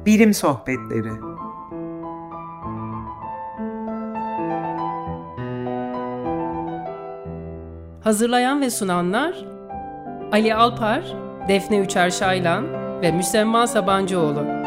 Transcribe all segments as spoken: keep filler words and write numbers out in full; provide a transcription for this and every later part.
Bilim Sohbetleri. Hazırlayan ve sunanlar Ali Alpar, Defne Üçer Şaylan ve Müsemma Sabancıoğlu.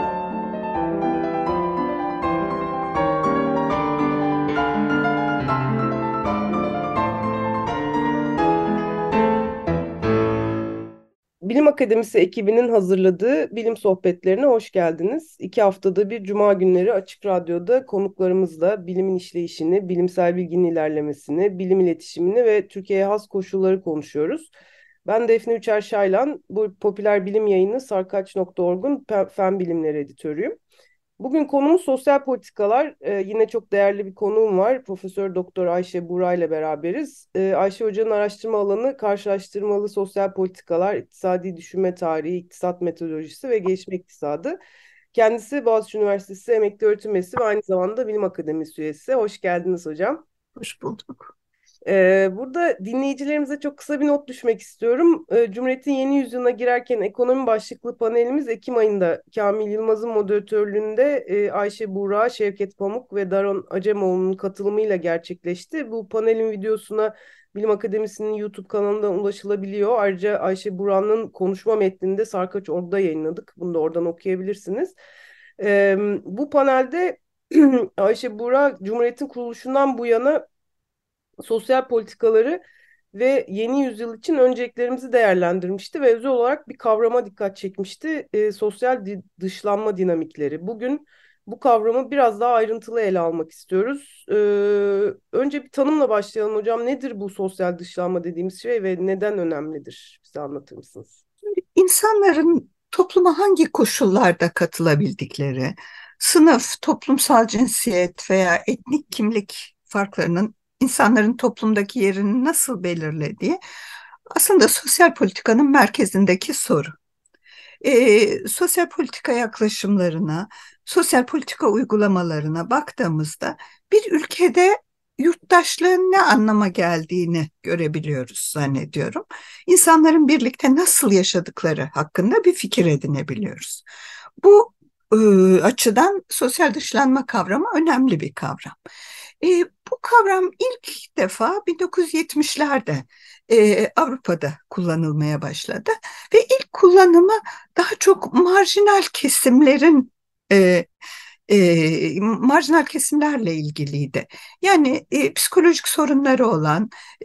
Bilim Akademisi ekibinin hazırladığı bilim sohbetlerine hoş geldiniz. İki haftada bir Cuma günleri Açık Radyo'da konuklarımızla bilimin işleyişini, bilimsel bilginin ilerlemesini, bilim iletişimini ve Türkiye'ye has koşulları konuşuyoruz. Ben Defne Üçer Şaylan, bu popüler bilim yayını sarkaç nokta org'un fen bilimleri editörüyüm. Bugün konumuz sosyal politikalar. Ee, yine çok değerli bir konuğum var. Profesör Doktor Ayşe Buğra ile beraberiz. Ee, Ayşe Hoca'nın araştırma alanı karşılaştırmalı sosyal politikalar, iktisadi düşünme tarihi, iktisat metodolojisi ve gelişme iktisadı. Kendisi Boğaziçi Üniversitesi emekli öğretim üyesi ve aynı zamanda Bilim Akademisi üyesi. Hoş geldiniz hocam. Hoş bulduk. Ee, burada dinleyicilerimize çok kısa bir not düşmek istiyorum. Ee, Cumhuriyet'in yeni yüzyılına girerken ekonomi başlıklı panelimiz Ekim ayında Kamil Yılmaz'ın moderatörlüğünde e, Ayşe Buğra, Şevket Pamuk ve Daron Acemoğlu'nun katılımıyla gerçekleşti. Bu panelin videosuna Bilim Akademisi'nin YouTube kanalından ulaşılabiliyor. Ayrıca Ayşe Buğra'nın konuşma metnini de sarkaç nokta org'da yayınladık. Bunu da oradan okuyabilirsiniz. Ee, bu panelde Ayşe Buğra, Cumhuriyet'in kuruluşundan bu yana sosyal politikaları ve yeni yüzyıl için önceliklerimizi değerlendirmişti ve özel olarak bir kavrama dikkat çekmişti. E, sosyal di- dışlanma dinamikleri. Bugün bu kavramı biraz daha ayrıntılı ele almak istiyoruz. E, önce bir tanımla başlayalım hocam. Nedir bu sosyal dışlanma dediğimiz şey ve neden önemlidir? Bize anlatır mısınız? İnsanların topluma hangi koşullarda katılabildikleri, sınıf, toplumsal cinsiyet veya etnik kimlik farklarının insanların toplumdaki yerini nasıl belirlediği aslında sosyal politikanın merkezindeki soru. E, sosyal politika yaklaşımlarına, sosyal politika uygulamalarına baktığımızda bir ülkede yurttaşlığın ne anlama geldiğini görebiliyoruz zannediyorum. İnsanların birlikte nasıl yaşadıkları hakkında bir fikir edinebiliyoruz. Bu e, açıdan sosyal dışlanma kavramı önemli bir kavram. E, bu kavram ilk defa bin dokuz yüz yetmişlerde e, Avrupa'da kullanılmaya başladı ve ilk kullanımı daha çok marjinal kesimlerin e, e, marjinal kesimlerle ilgiliydi. Yani e, psikolojik sorunları olan, e,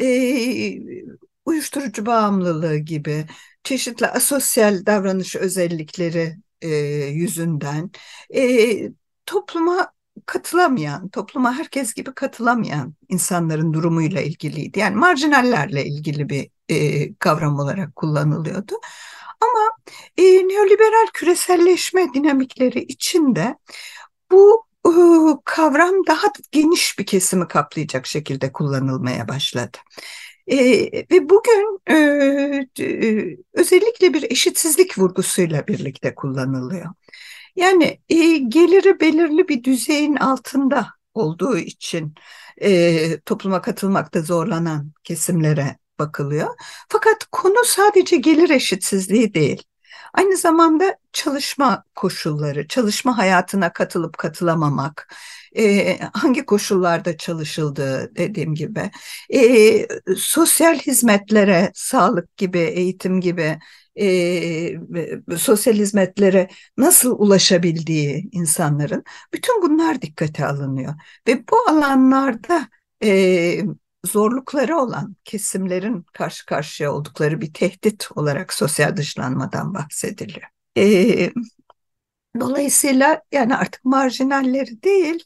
uyuşturucu bağımlılığı gibi çeşitli asosyal davranış özellikleri e, yüzünden e, topluma katılamayan, topluma herkes gibi katılamayan insanların durumuyla ilgiliydi. Yani marjinallerle ilgili bir e, kavram olarak kullanılıyordu. Ama e, neoliberal küreselleşme dinamikleri içinde bu e, kavram daha geniş bir kesimi kaplayacak şekilde kullanılmaya başladı. E, ve bugün e, e, özellikle bir eşitsizlik vurgusuyla birlikte kullanılıyor. Yani e, geliri belirli bir düzeyin altında olduğu için e, topluma katılmakta zorlanan kesimlere bakılıyor. Fakat konu sadece gelir eşitsizliği değil. Aynı zamanda çalışma koşulları, çalışma hayatına katılıp katılamamak, e, hangi koşullarda çalışıldığı dediğim gibi, e, sosyal hizmetlere, sağlık gibi, eğitim gibi e, sosyal hizmetlere nasıl ulaşabildiği insanların, bütün bunlar dikkate alınıyor. Ve bu alanlarda e, zorlukları olan kesimlerin karşı karşıya oldukları bir tehdit olarak sosyal dışlanmadan bahsediliyor. E, dolayısıyla yani artık marjinalleri değil,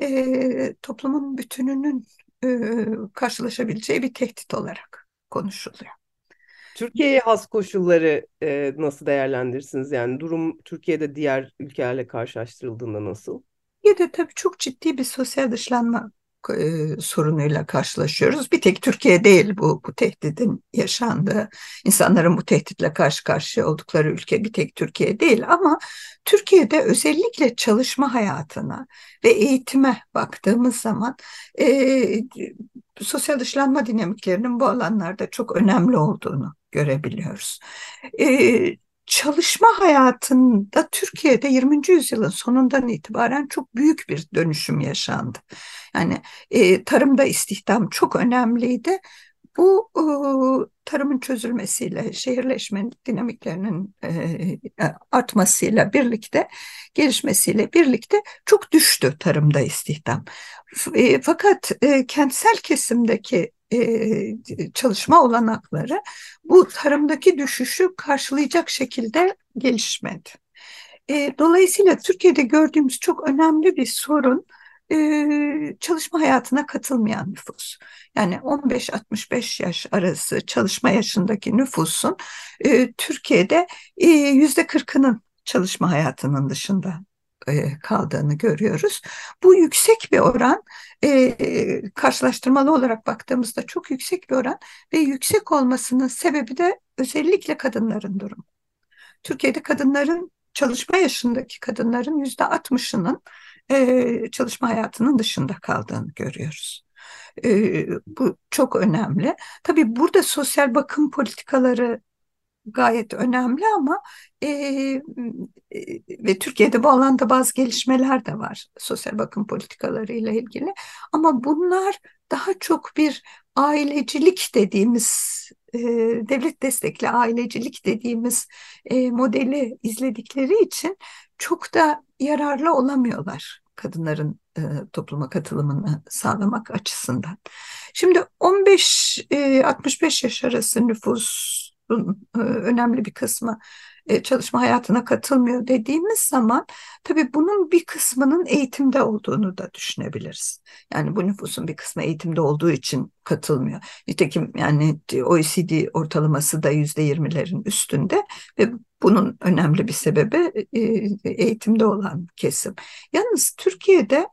e, toplumun bütününün e, karşılaşabileceği bir tehdit olarak konuşuluyor. Türkiye'ye has koşulları e, nasıl değerlendirirsiniz? Yani durum Türkiye'de diğer ülkelerle karşılaştırıldığında nasıl? Bir de tabii çok ciddi bir sosyal dışlanma e, sorunuyla karşılaşıyoruz. Bir tek Türkiye değil bu, bu tehdidin yaşandığı, insanların bu tehditle karşı karşıya oldukları ülke bir tek Türkiye değil. Ama Türkiye'de özellikle çalışma hayatına ve eğitime baktığımız zaman e, sosyal dışlanma dinamiklerinin bu alanlarda çok önemli olduğunu görebiliyoruz. E, çalışma hayatında Türkiye'de yirminci yüzyılın sonundan itibaren çok büyük bir dönüşüm yaşandı. Yani e, tarımda istihdam çok önemliydi. Bu e, tarımın çözülmesiyle, şehirleşme dinamiklerinin e, artmasıyla birlikte, gelişmesiyle birlikte çok düştü tarımda istihdam. E, fakat e, kentsel kesimdeki e, çalışma olanakları bu tarımdaki düşüşü karşılayacak şekilde gelişmedi. E, dolayısıyla Türkiye'de gördüğümüz çok önemli bir sorun e, çalışma hayatına katılmayan nüfus. Yani on beş altmış beş yaş arası çalışma yaşındaki nüfusun e, Türkiye'de e, yüzde kırkının çalışma hayatının dışında e, kaldığını görüyoruz. Bu yüksek bir oran, e, karşılaştırmalı olarak baktığımızda çok yüksek bir oran ve yüksek olmasının sebebi de özellikle kadınların durumu. Türkiye'de kadınların çalışma yaşındaki kadınların yüzde altmışının e, çalışma hayatının dışında kaldığını görüyoruz. E, bu çok önemli. Tabii burada sosyal bakım politikaları gayet önemli ama e, e, ve Türkiye'de bu alanda bazı gelişmeler de var sosyal bakım politikaları ile ilgili. Ama bunlar daha çok bir ailecilik dediğimiz e, devlet destekli ailecilik dediğimiz e, modeli izledikleri için çok da yararlı olamıyorlar kadınların e, topluma katılımını sağlamak açısından. Şimdi on beş altmış beş yaş arası nüfus önemli bir kısmı çalışma hayatına katılmıyor dediğimiz zaman tabii bunun bir kısmının eğitimde olduğunu da düşünebiliriz. Yani bu nüfusun bir kısmı eğitimde olduğu için katılmıyor. Nitekim yani O E C D ortalaması da yüzde yirmilerin üstünde ve bunun önemli bir sebebi eğitimde olan kesim. Yalnız Türkiye'de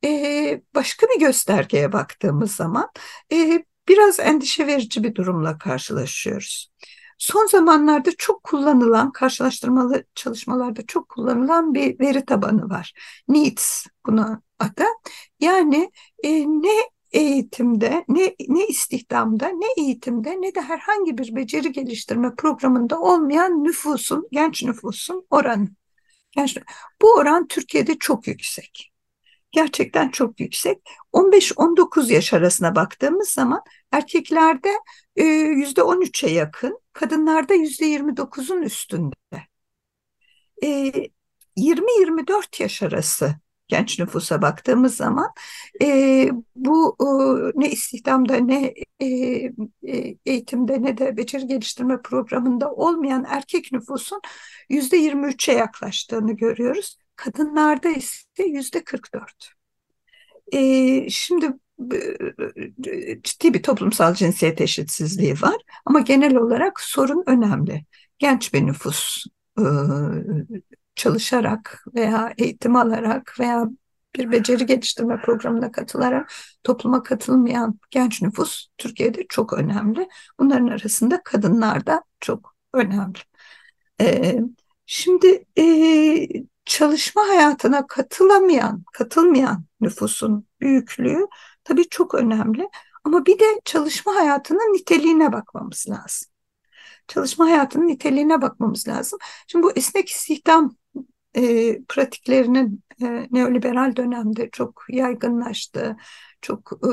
başka bir göstergeye baktığımız zaman biraz endişe verici bir durumla karşılaşıyoruz. Son zamanlarda çok kullanılan, karşılaştırmalı çalışmalarda çok kullanılan bir veri tabanı var. NEEDS buna adı. Yani e, ne eğitimde, ne, ne istihdamda, ne eğitimde, ne de herhangi bir beceri geliştirme programında olmayan nüfusun, genç nüfusun oranı. Genç, bu oran Türkiye'de çok yüksek. Gerçekten çok yüksek. on beş on dokuz yaş arasına baktığımız zaman erkeklerde e, yüzde on üçe yakın, kadınlarda yüzde yirmi dokuzun üstünde. E, yirmi yirmi dört yaş arası genç nüfusa baktığımız zaman e, bu e, ne istihdamda ne e, e, eğitimde ne de beceri geliştirme programında olmayan erkek nüfusun yüzde yirmi üçe yaklaştığını görüyoruz. Kadınlarda ise yüzde kırk dört. Ee, şimdi e, ciddi bir toplumsal cinsiyet eşitsizliği var ama genel olarak sorun önemli. Genç bir nüfus e, çalışarak veya eğitim alarak veya bir beceri geliştirme programına katılarak topluma katılmayan genç nüfus Türkiye'de çok önemli. Bunların arasında kadınlar da çok önemli. Ee, şimdi e, çalışma hayatına katılamayan, katılmayan nüfusun büyüklüğü tabii çok önemli. Ama bir de çalışma hayatının niteliğine bakmamız lazım. Çalışma hayatının niteliğine bakmamız lazım. Şimdi bu esnek istihdam e, pratiklerinin e, neoliberal dönemde çok yaygınlaştığı, çok e,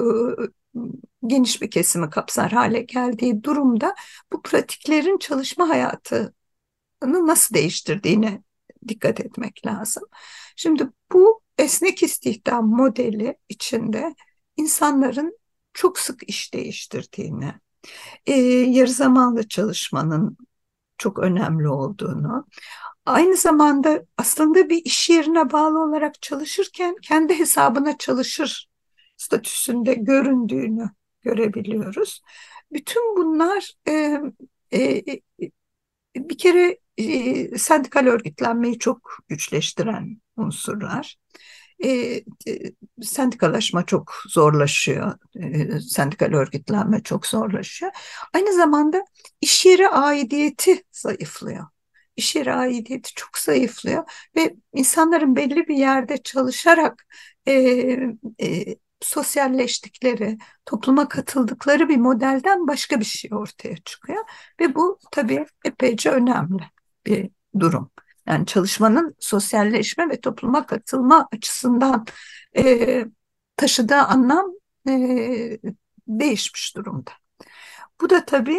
geniş bir kesimi kapsar hale geldiği durumda bu pratiklerin çalışma hayatı nasıl değiştirdiğine dikkat etmek lazım. Şimdi bu esnek istihdam modeli içinde insanların çok sık iş değiştirdiğini, e, yarı zamanlı çalışmanın çok önemli olduğunu, aynı zamanda aslında bir iş yerine bağlı olarak çalışırken kendi hesabına çalışır statüsünde göründüğünü görebiliyoruz. Bütün bunlar e, e, bir kere e, sendikal örgütlenmeyi çok güçleştiren unsurlar. E, e, Sendikalaşma çok zorlaşıyor. E, sendikal örgütlenme çok zorlaşıyor. Aynı zamanda iş yeri aidiyeti zayıflıyor. İş yeri aidiyeti çok zayıflıyor ve insanların belli bir yerde çalışarak e, e, sosyalleştikleri, topluma katıldıkları bir modelden başka bir şey ortaya çıkıyor. Ve bu tabii epeyce önemli bir durum. Yani çalışmanın sosyalleşme ve topluma katılma açısından e, taşıdığı anlam e, değişmiş durumda. Bu da tabii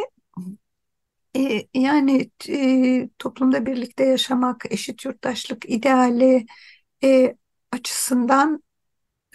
e, yani e, toplumda birlikte yaşamak, eşit yurttaşlık ideali e, açısından e,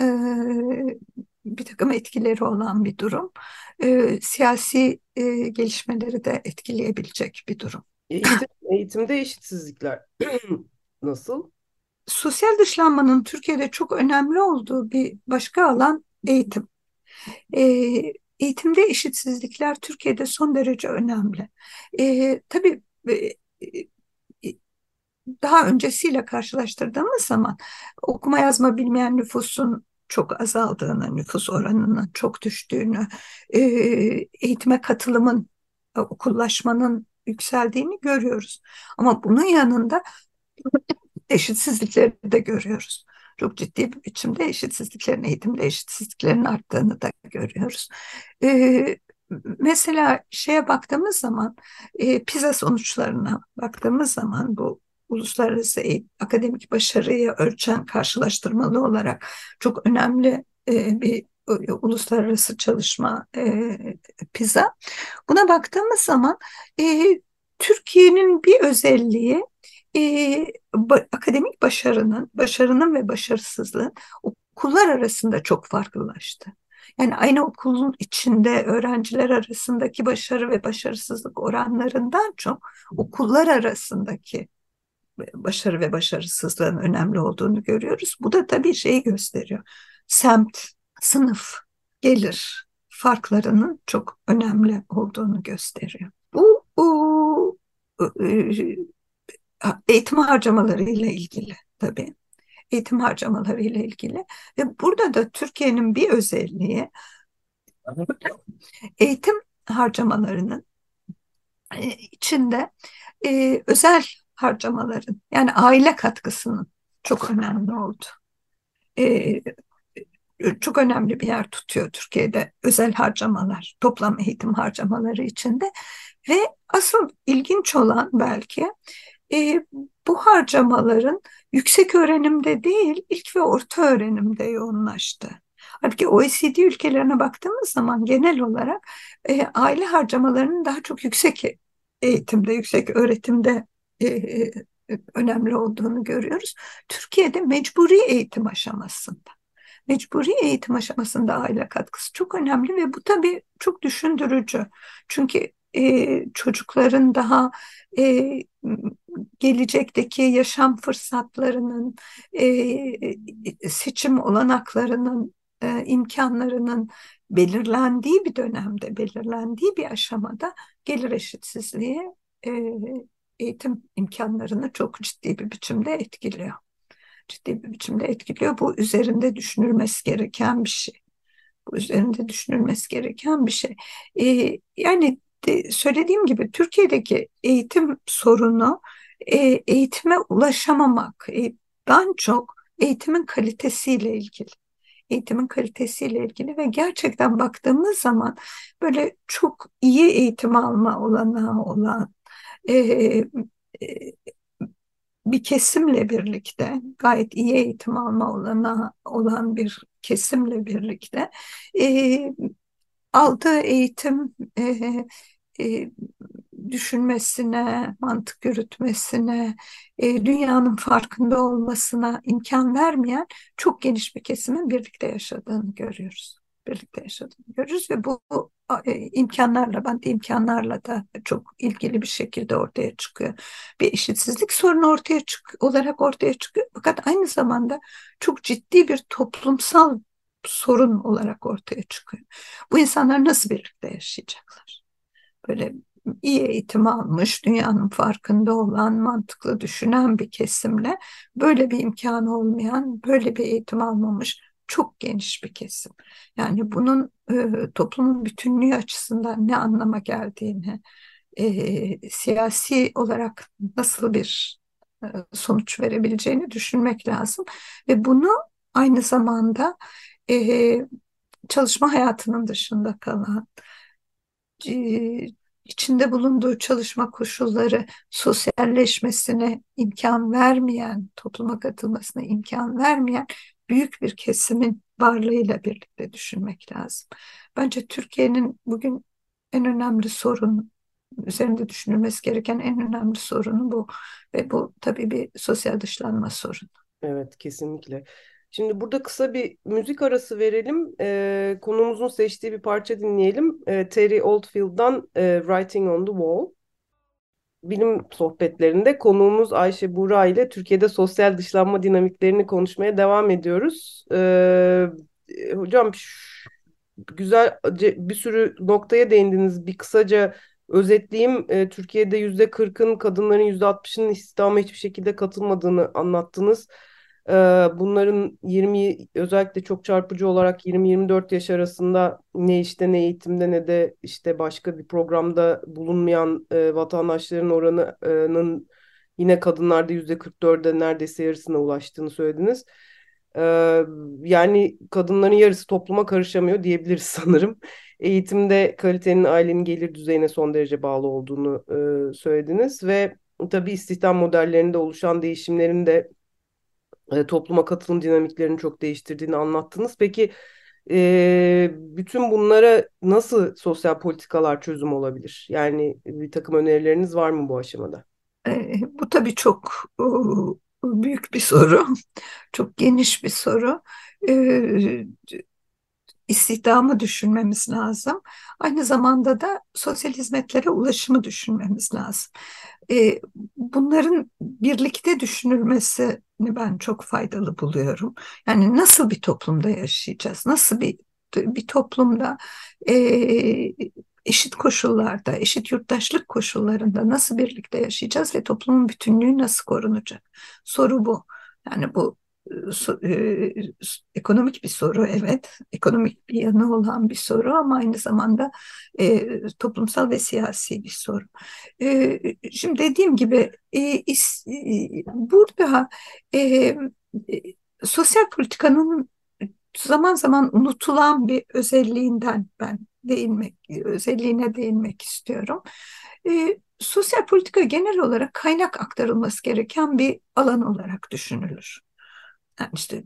bir takım etkileri olan bir durum. E, siyasi e, gelişmeleri de etkileyebilecek bir durum. Eğitim, eğitimde eşitsizlikler nasıl? Sosyal dışlanmanın Türkiye'de çok önemli olduğu bir başka alan eğitim. E, Eğitimde eşitsizlikler Türkiye'de son derece önemli. E, tabii e, e, daha öncesiyle karşılaştırdığımız zaman okuma yazma bilmeyen nüfusun çok azaldığını, nüfus oranının çok düştüğünü, e, eğitime katılımın, e, okullaşmanın yükseldiğini görüyoruz. Ama bunun yanında eşitsizlikleri de görüyoruz. Çok ciddi bir biçimde eşitsizliklerin, eğitimde eşitsizliklerin arttığını da görüyoruz. Ee, Mesela şeye baktığımız zaman, e, PISA sonuçlarına baktığımız zaman bu uluslararası eğitim, akademik başarıyı ölçen karşılaştırmalı olarak çok önemli e, bir e, uluslararası çalışma e, PISA. Buna baktığımız zaman e, Türkiye'nin bir özelliği e, ba- akademik başarının, başarının ve başarısızlığın okullar arasında çok farklılaştı. Yani aynı okulun içinde öğrenciler arasındaki başarı ve başarısızlık oranlarından çok okullar arasındaki başarı ve başarısızlığın önemli olduğunu görüyoruz. Bu da tabii şeyi gösteriyor. Semt, sınıf, gelir farklarının çok önemli olduğunu gösteriyor. Bu, bu e, eğitim harcamaları ile ilgili tabii. Eğitim harcamaları ile ilgili ve burada da Türkiye'nin bir özelliği eğitim harcamalarının e, içinde e, özel harcamaların yani aile katkısının çok önemli oldu. E, Çok önemli bir yer tutuyor Türkiye'de özel harcamalar, toplam eğitim harcamaları içinde ve asıl ilginç olan belki e, bu harcamaların yüksek öğrenimde değil, ilk ve orta öğrenimde yoğunlaştı. Halbuki O E C D ülkelerine baktığımız zaman genel olarak e, aile harcamalarının daha çok yüksek eğitimde, yüksek öğretimde e, e, önemli olduğunu görüyoruz. Türkiye'de mecburi eğitim aşamasında. Mecburi eğitim aşamasında aile katkısı çok önemli ve bu tabii çok düşündürücü. Çünkü e, çocukların daha e, gelecekteki yaşam fırsatlarının, e, seçim olanaklarının, e, imkanlarının belirlendiği bir dönemde, belirlendiği bir aşamada gelir eşitsizliği e, eğitim imkanlarını çok ciddi bir biçimde etkiliyor. Ciddi bir biçimde etkiliyor. Bu üzerinde düşünülmesi gereken bir şey. Bu üzerinde düşünülmesi gereken bir şey. Ee, yani de, söylediğim gibi Türkiye'deki eğitim sorunu e, eğitime ulaşamamaktan çok eğitimin kalitesiyle ilgili. Eğitimin kalitesiyle ilgili ve gerçekten baktığımız zaman böyle çok iyi eğitim alma olanağı olan e, e, bir kesimle birlikte gayet iyi eğitim alma olanağı olan bir kesimle birlikte e, aldığı eğitim e, e, düşünmesine, mantık yürütmesine, e, dünyanın farkında olmasına imkan vermeyen çok geniş bir kesimin birlikte yaşadığını görüyoruz. Birlikte yaşadığını görüyoruz ve bu e, imkanlarla, ben de imkanlarla da çok ilgili bir şekilde ortaya çıkıyor. Bir eşitsizlik sorunu ortaya çık olarak ortaya çıkıyor. Fakat aynı zamanda çok ciddi bir toplumsal sorun olarak ortaya çıkıyor. Bu insanlar nasıl birlikte yaşayacaklar? Böyle iyi eğitim almış, dünyanın farkında olan, mantıklı düşünen bir kesimle böyle bir imkanı olmayan, böyle bir eğitim almamış çok geniş bir kesim. Yani bunun e, toplumun bütünlüğü açısından ne anlama geldiğini, e, siyasi olarak nasıl bir e, sonuç verebileceğini düşünmek lazım. Ve bunu aynı zamanda e, çalışma hayatının dışında kalan, e, içinde bulunduğu çalışma koşulları sosyalleşmesine imkan vermeyen, topluma katılmasına imkan vermeyen büyük bir kesimin varlığıyla birlikte düşünmek lazım. Bence Türkiye'nin bugün en önemli sorunu, üzerinde düşünülmesi gereken en önemli sorunu bu. Ve bu tabii bir sosyal dışlanma sorunu. Evet, kesinlikle. Şimdi burada kısa bir müzik arası verelim. Ee, konuğumuzun seçtiği bir parça dinleyelim. Ee, Terry Oldfield'dan e, Writing on the Wall. Bilim sohbetlerinde konuğumuz Ayşe Buğra ile Türkiye'de sosyal dışlanma dinamiklerini konuşmaya devam ediyoruz. Ee, e, hocam ş- güzel bir sürü noktaya değindiniz. Bir kısaca özetleyeyim. Ee, Türkiye'de yüzde kırkın kadınların yüzde altmışının istihdama hiçbir şekilde katılmadığını anlattınız. Ee, bunların yirmi özellikle çok çarpıcı olarak yirmi yirmi dört yaş arasında ne işte ne eğitimde ne de işte başka bir programda bulunmayan e, vatandaşların oranının yine kadınlarda yüzde kırk dörde neredeyse yarısına ulaştığını söylediniz. Ee, Yani kadınların yarısı topluma karışamıyor diyebiliriz sanırım. Eğitimde kalitenin ailenin gelir düzeyine son derece bağlı olduğunu e, söylediniz ve tabii istihdam modellerinde oluşan değişimlerin de e, topluma katılım dinamiklerini çok değiştirdiğini anlattınız. Peki e, bütün bunlara nasıl sosyal politikalar çözüm olabilir? Yani bir takım önerileriniz var mı bu aşamada? E, bu tabii çok e, büyük bir soru, çok geniş bir soru. E, istihdamı düşünmemiz lazım. Aynı zamanda da sosyal hizmetlere ulaşımı düşünmemiz lazım. E, bunların birlikte düşünülmesini ben çok faydalı buluyorum. Yani nasıl bir toplumda yaşayacağız? Nasıl bir bir toplumda e, eşit koşullarda, eşit yurttaşlık koşullarında nasıl birlikte yaşayacağız ve toplumun bütünlüğü nasıl korunacak? Soru bu. Yani bu so- e, ekonomik bir soru, evet, ekonomik bir yanı olan bir soru ama aynı zamanda e, toplumsal ve siyasi bir soru. E, şimdi dediğim gibi e, is- e, burada e, e, sosyal politikanın zaman zaman unutulan bir özelliğinden ben değinmek, özelliğine değinmek istiyorum. E, sosyal politika genel olarak kaynak aktarılması gereken bir alan olarak düşünülür. Yani işte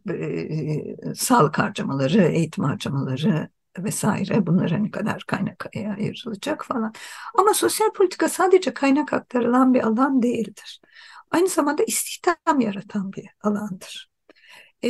e, sağlık harcamaları, eğitim harcamaları vesaire bunlara ne kadar kaynak ayrılacak falan. Ama sosyal politika sadece kaynak aktarılan bir alan değildir. Aynı zamanda istihdam yaratan bir alandır. E,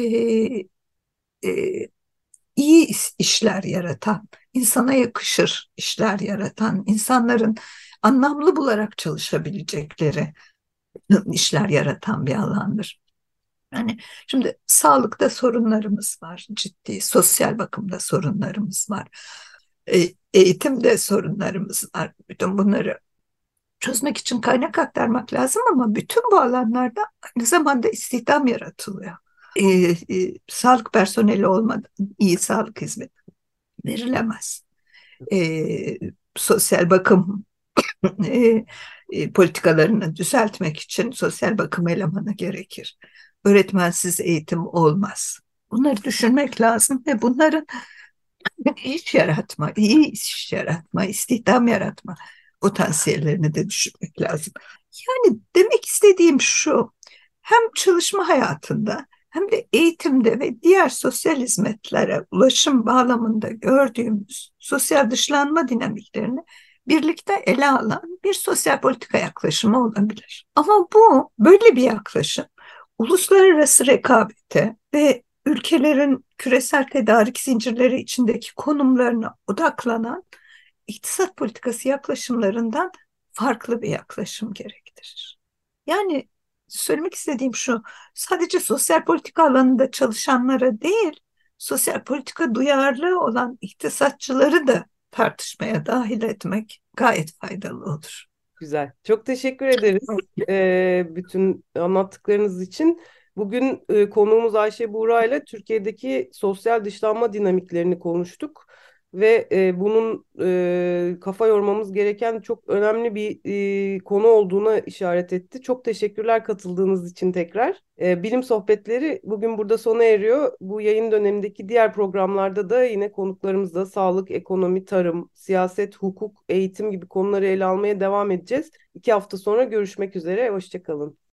e, iyi işler yaratan, insana yakışır işler yaratan, insanların anlamlı bularak çalışabilecekleri işler yaratan bir alandır. Yani şimdi sağlıkta sorunlarımız var, ciddi sosyal bakımda sorunlarımız var, e, eğitimde sorunlarımız var. Bütün bunları çözmek için kaynak aktarmak lazım ama bütün bu alanlarda aynı zamanda istihdam yaratılıyor. E, e, sağlık personeli olmadan iyi sağlık hizmeti verilemez. E, sosyal bakım e, e, politikalarını düzeltmek için sosyal bakım elemanı gerekir. Öğretmensiz eğitim olmaz. Bunları düşünmek lazım ve bunların iş yaratma, iyi iş yaratma, istihdam yaratma potansiyellerini de düşünmek lazım. Yani demek istediğim şu, hem çalışma hayatında hem de eğitimde ve diğer sosyal hizmetlere ulaşım bağlamında gördüğümüz sosyal dışlanma dinamiklerini birlikte ele alan bir sosyal politika yaklaşımı olabilir. Ama bu böyle bir yaklaşım uluslararası rekabete ve ülkelerin küresel tedarik zincirleri içindeki konumlarına odaklanan iktisat politikası yaklaşımlarından farklı bir yaklaşım gerektirir. Yani söylemek istediğim şu, sadece sosyal politika alanında çalışanlara değil, sosyal politika duyarlı olan iktisatçıları da tartışmaya dahil etmek gayet faydalı olur. Güzel. Çok teşekkür ederiz e, bütün anlattıklarınız için. Bugün e, konuğumuz Ayşe Buğra ile Türkiye'deki sosyal dışlanma dinamiklerini konuştuk. ve e, bunun e, kafa yormamız gereken çok önemli bir e, konu olduğuna işaret etti. Çok teşekkürler katıldığınız için tekrar. E, bilim sohbetleri bugün burada sona eriyor. Bu yayın dönemindeki diğer programlarda da yine konuklarımızla sağlık, ekonomi, tarım, siyaset, hukuk, eğitim gibi konuları ele almaya devam edeceğiz. İki hafta sonra görüşmek üzere. Hoşça kalın.